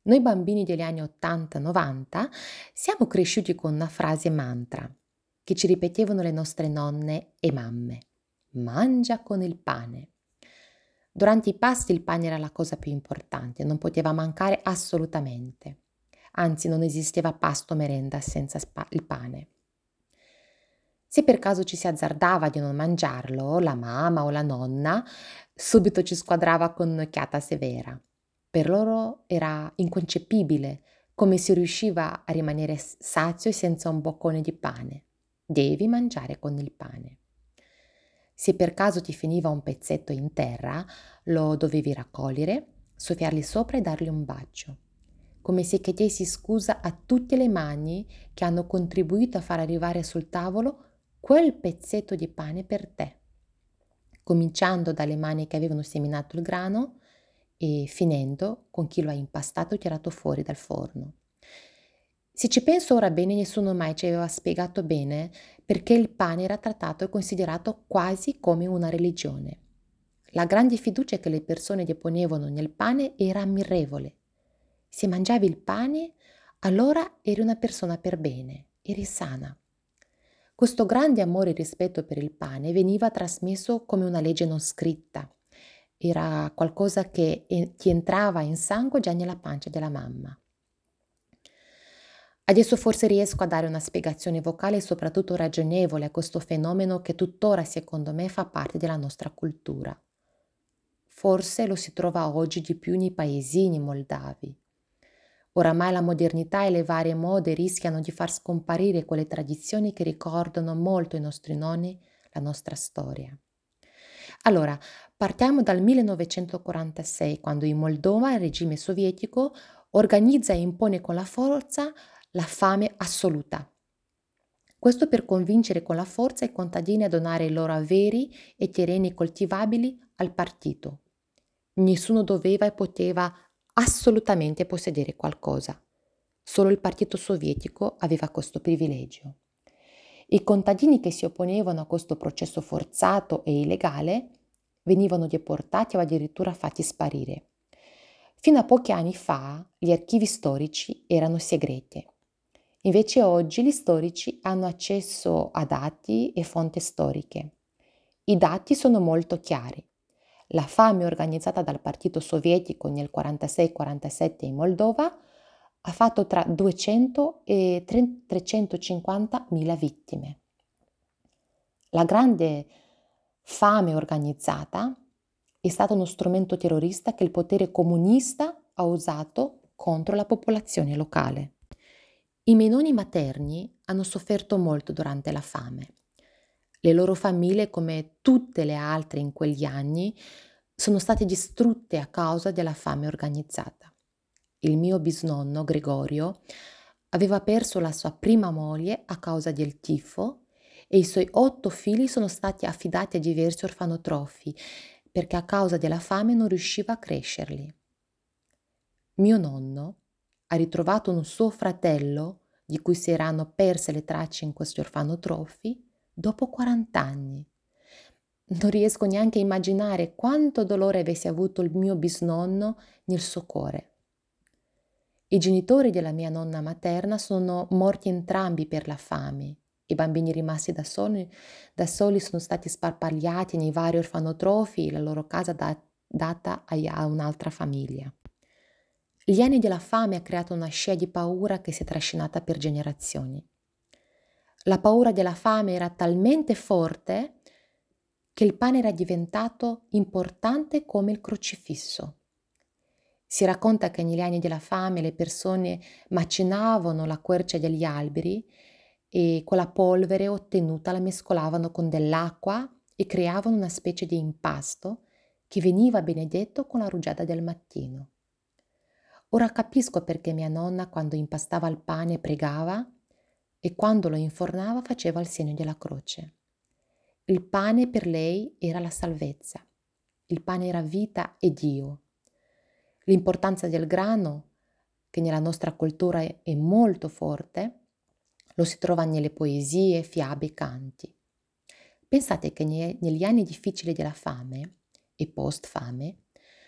Noi bambini degli anni 80-90 siamo cresciuti con una frase mantra che ci ripetevano le nostre nonne e mamme. Mangia con il pane. Durante i pasti il pane era la cosa più importante, non poteva mancare assolutamente. Anzi, non esisteva pasto o merenda senza il pane. Se per caso ci si azzardava di non mangiarlo, la mamma o la nonna subito ci squadrava con un'occhiata severa. Per loro era inconcepibile come si riusciva a rimanere sazio senza un boccone di pane. Devi mangiare con il pane. Se per caso ti finiva un pezzetto in terra, lo dovevi raccogliere, soffiargli sopra e dargli un bacio, come se chiedessi scusa a tutte le mani che hanno contribuito a far arrivare sul tavolo quel pezzetto di pane per te, cominciando dalle mani che avevano seminato il grano e finendo con chi lo ha impastato e tirato fuori dal forno. Se ci penso ora bene, nessuno mai ci aveva spiegato bene perché il pane era trattato e considerato quasi come una religione. La grande fiducia che le persone deponevano nel pane era ammirevole. Se mangiavi il pane, allora eri una persona per bene, eri sana. Questo grande amore e rispetto per il pane veniva trasmesso come una legge non scritta. Era qualcosa che ti entrava in sangue già nella pancia della mamma. Adesso forse riesco a dare una spiegazione vocale e soprattutto ragionevole a questo fenomeno che tuttora, secondo me, fa parte della nostra cultura. Forse lo si trova oggi di più nei paesini moldavi. Oramai la modernità e le varie mode rischiano di far scomparire quelle tradizioni che ricordano molto i nostri nonni, la nostra storia. Allora, partiamo dal 1946, quando in Moldova il regime sovietico organizza e impone con la forza la fame assoluta. Questo per convincere con la forza i contadini a donare i loro averi e terreni coltivabili al partito. Nessuno doveva e poteva assolutamente possedere qualcosa. Solo il partito sovietico aveva questo privilegio. I contadini che si opponevano a questo processo forzato e illegale venivano deportati o addirittura fatti sparire. Fino a pochi anni fa gli archivi storici erano segreti. Invece oggi gli storici hanno accesso a dati e fonti storiche. I dati sono molto chiari. La fame organizzata dal Partito Sovietico nel 46-47 in Moldova ha fatto tra 200 e 350 mila vittime. La grande fame organizzata è stato uno strumento terrorista che il potere comunista ha usato contro la popolazione locale. I miei nonni materni hanno sofferto molto durante la fame. Le loro famiglie, come tutte le altre in quegli anni, sono state distrutte a causa della fame organizzata. Il mio bisnonno, Gregorio, aveva perso la sua prima moglie a causa del tifo e i suoi 8 figli sono stati affidati a diversi orfanotrofi perché a causa della fame non riusciva a crescerli. Mio nonno ha ritrovato un suo fratello di cui si erano perse le tracce in questi orfanotrofi dopo 40 anni. Non riesco neanche a immaginare quanto dolore avesse avuto il mio bisnonno nel suo cuore. I genitori della mia nonna materna sono morti entrambi per la fame. I bambini rimasti da soli sono stati sparpagliati nei vari orfanotrofi e la loro casa data a un'altra famiglia. Gli anni della fame ha creato una scia di paura che si è trascinata per generazioni. La paura della fame era talmente forte che il pane era diventato importante come il crocifisso. Si racconta che negli anni della fame le persone macinavano la quercia degli alberi e quella polvere ottenuta la mescolavano con dell'acqua e creavano una specie di impasto che veniva benedetto con la rugiada del mattino. Ora capisco perché mia nonna quando impastava il pane pregava e quando lo infornava faceva il segno della croce. Il pane per lei era la salvezza. Il pane era vita e Dio. L'importanza del grano, che nella nostra cultura è molto forte, lo si trova nelle poesie, fiabe e canti. Pensate che negli anni difficili della fame e post-fame,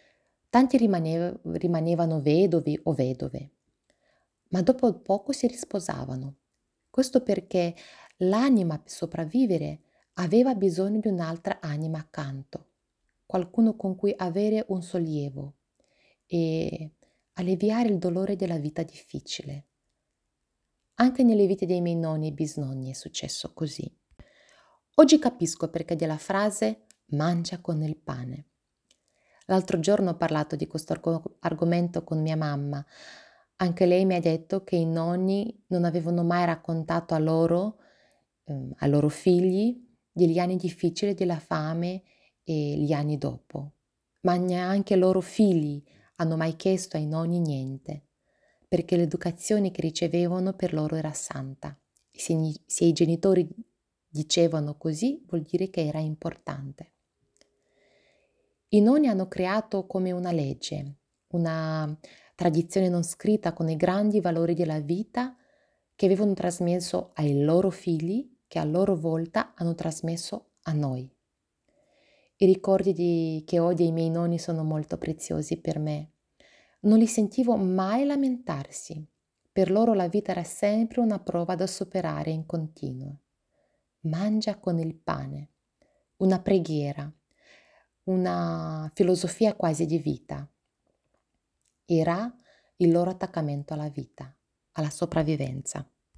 Tanti rimanevano vedovi o vedove, ma dopo poco si risposavano. Questo perché l'anima per sopravvivere aveva bisogno di un'altra anima accanto, qualcuno con cui avere un sollievo e alleviare il dolore della vita difficile. Anche nelle vite dei miei nonni e bisnonni è successo così. Oggi capisco perché della frase mangia con il pane. L'altro giorno ho parlato di questo argomento con mia mamma. Anche lei mi ha detto che i nonni non avevano mai raccontato ai loro figli, degli anni difficili della fame e gli anni dopo. Ma neanche i loro figli hanno mai chiesto ai nonni niente, perché l'educazione che ricevevano per loro era santa. Se i genitori dicevano così, vuol dire che era importante. I nonni hanno creato come una legge, una tradizione non scritta con i grandi valori della vita che avevano trasmesso ai loro figli, che a loro volta hanno trasmesso a noi. I ricordi che ho dei miei nonni sono molto preziosi per me. Non li sentivo mai lamentarsi. Per loro la vita era sempre una prova da superare in continuo. Mangia con il pane, una preghiera, una filosofia quasi di vita. Era il loro attaccamento alla vita, alla sopravvivenza.